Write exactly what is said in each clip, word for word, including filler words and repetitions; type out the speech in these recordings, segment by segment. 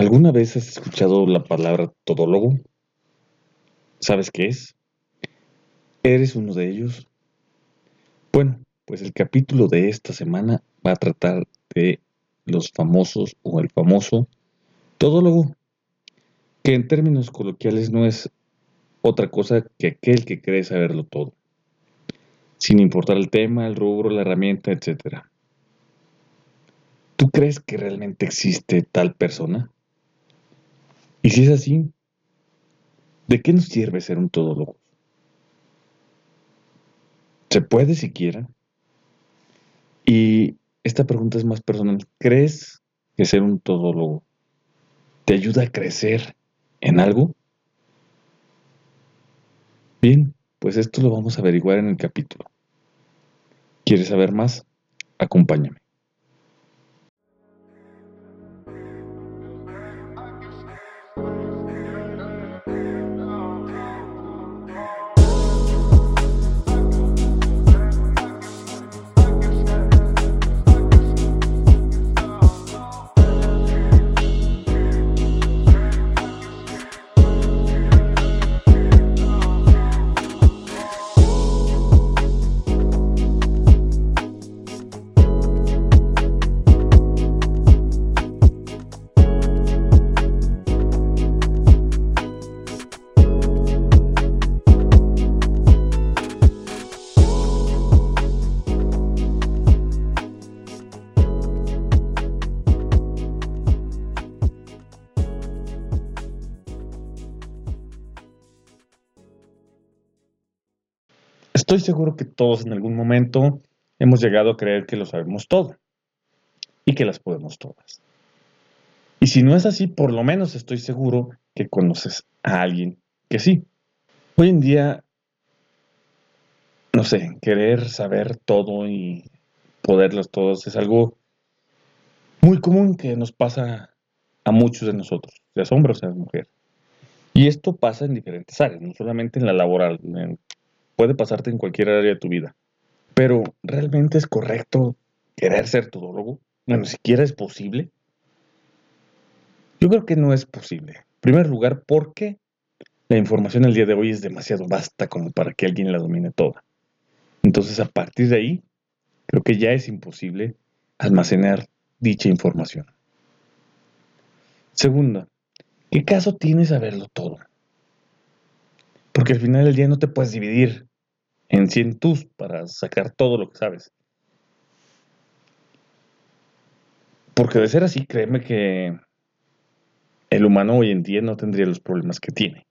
¿Alguna vez has escuchado la palabra todólogo? ¿Sabes qué es? ¿Eres uno de ellos? Bueno, pues el capítulo de esta semana va a tratar de los famosos o el famoso todólogo, que en términos coloquiales no es otra cosa que aquel que cree saberlo todo, sin importar el tema, el rubro, la herramienta, etcétera. ¿Tú crees que realmente existe tal persona? Y si es así, ¿de qué nos sirve ser un todólogo? ¿Se puede siquiera? Y esta pregunta es más personal. ¿Crees que ser un todólogo te ayuda a crecer en algo? Bien, pues esto lo vamos a averiguar en el capítulo. ¿Quieres saber más? Acompáñame. Estoy seguro que todos en algún momento hemos llegado a creer que lo sabemos todo y que las podemos todas. Y si no es así, por lo menos estoy seguro que conoces a alguien que sí. Hoy en día, no sé, querer saber todo y poderlas todas es algo muy común que nos pasa a muchos de nosotros, seas hombre o seas mujer. Y esto pasa en diferentes áreas, no solamente en la laboral, en- puede pasarte en cualquier área de tu vida. Pero, ¿realmente es correcto querer ser todólogo? Bueno, siquiera es posible. Yo creo que no es posible. En primer lugar, porque la información al día de hoy es demasiado vasta como para que alguien la domine toda. Entonces, a partir de ahí, creo que ya es imposible almacenar dicha información. Segunda, ¿qué caso tiene saberlo todo? Porque al final del día no te puedes dividir en cien tus para sacar todo lo que sabes. Porque de ser así, créeme que el humano hoy en día no tendría los problemas que tiene.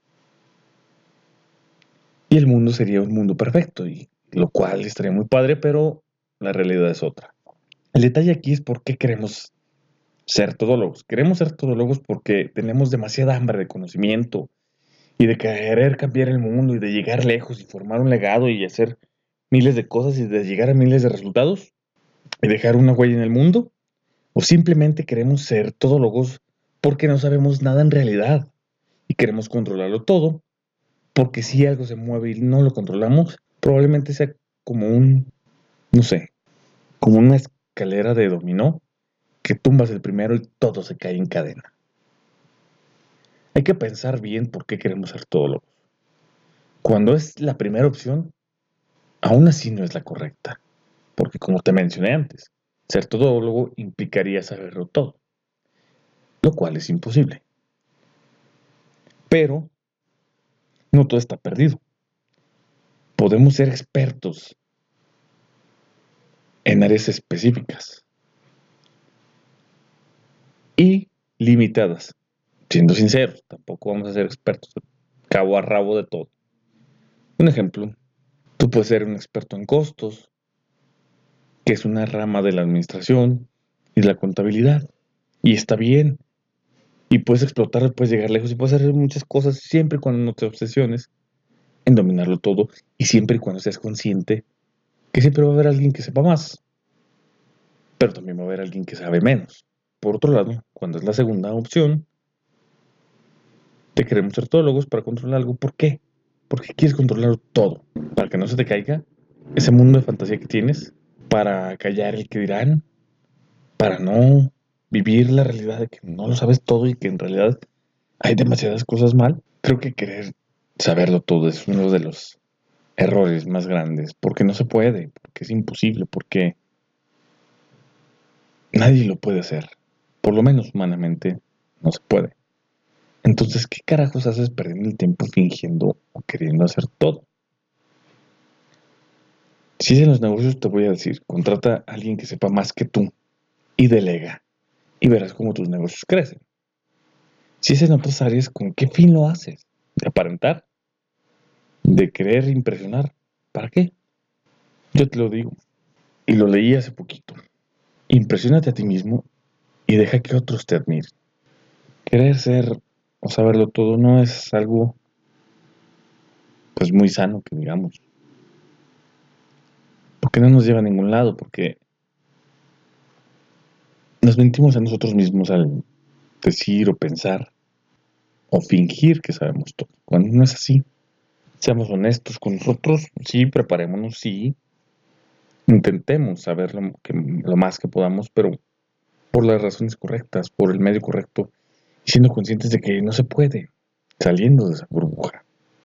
Y el mundo sería un mundo perfecto, y lo cual estaría muy padre, pero la realidad es otra. El detalle aquí es por qué queremos ser todólogos. Queremos ser todólogos porque tenemos demasiada hambre de conocimiento y de querer cambiar el mundo y de llegar lejos y formar un legado y hacer miles de cosas y de llegar a miles de resultados y dejar una huella en el mundo. O simplemente queremos ser todólogos porque no sabemos nada en realidad y queremos controlarlo todo, porque si algo se mueve y no lo controlamos, probablemente sea como un, no sé, como una escalera de dominó que tumbas el primero y todo se cae en cadena. Hay que pensar bien por qué queremos ser todólogos. Cuando es la primera opción, aún así no es la correcta, porque como te mencioné antes, ser todólogo implicaría saberlo todo, lo cual es imposible. Pero no todo está perdido. Podemos ser expertos en áreas específicas y limitadas. Siendo sinceros, tampoco vamos a ser expertos de cabo a rabo de todo. Un ejemplo, tú puedes ser un experto en costos, que es una rama de la administración y de la contabilidad. Y está bien. Y puedes explotar, puedes llegar lejos y puedes hacer muchas cosas siempre y cuando no te obsesiones en dominarlo todo y siempre y cuando seas consciente que siempre va a haber alguien que sepa más, pero también va a haber alguien que sabe menos. Por otro lado, cuando es la segunda opción, te queremos ser todólogos para controlar algo. ¿Por qué? Porque quieres controlar todo, para que no se te caiga ese mundo de fantasía que tienes, para callar el que dirán, para no vivir la realidad de que no lo sabes todo y que en realidad hay demasiadas cosas mal. Creo que querer saberlo todo es uno de los errores más grandes, porque no se puede, porque es imposible, porque nadie lo puede hacer. Por lo menos humanamente no se puede. Entonces, ¿qué carajos haces perdiendo el tiempo fingiendo o queriendo hacer todo? Si es en los negocios, te voy a decir, contrata a alguien que sepa más que tú y delega, y verás cómo tus negocios crecen. Si es en otras áreas, ¿con qué fin lo haces? ¿De aparentar? ¿De querer impresionar? ¿Para qué? Yo te lo digo, y lo leí hace poquito. Impresiónate a ti mismo y deja que otros te admiren. Querer ser o saberlo todo no es algo pues muy sano que digamos. Porque no nos lleva a ningún lado, porque nos mentimos a nosotros mismos al decir o pensar o fingir que sabemos todo, cuando no es así. Seamos honestos con nosotros, sí, preparémonos, sí, intentemos saber lo, que, lo más que podamos, pero por las razones correctas, por el medio correcto, y siendo conscientes de que no se puede, saliendo de esa burbuja.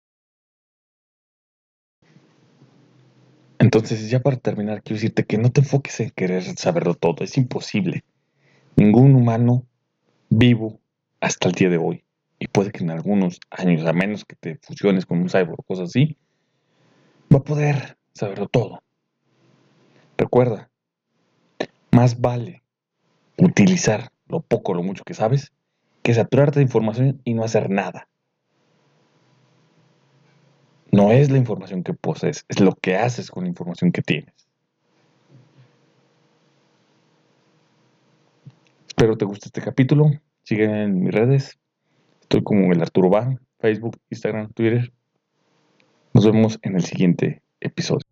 Entonces, ya para terminar, quiero decirte que no te enfoques en querer saberlo todo, es imposible. Ningún humano vivo hasta el día de hoy, y puede que en algunos años, a menos que te fusiones con un cyborg o cosas así, va a poder saberlo todo. Recuerda, más vale utilizar lo poco o lo mucho que sabes que saturarte de información y no hacer nada. No es la información que posees, es lo que haces con la información que tienes. Espero te guste este capítulo. Sígueme en mis redes. Estoy como el Arturo Va, Facebook, Instagram, Twitter. Nos vemos en el siguiente episodio.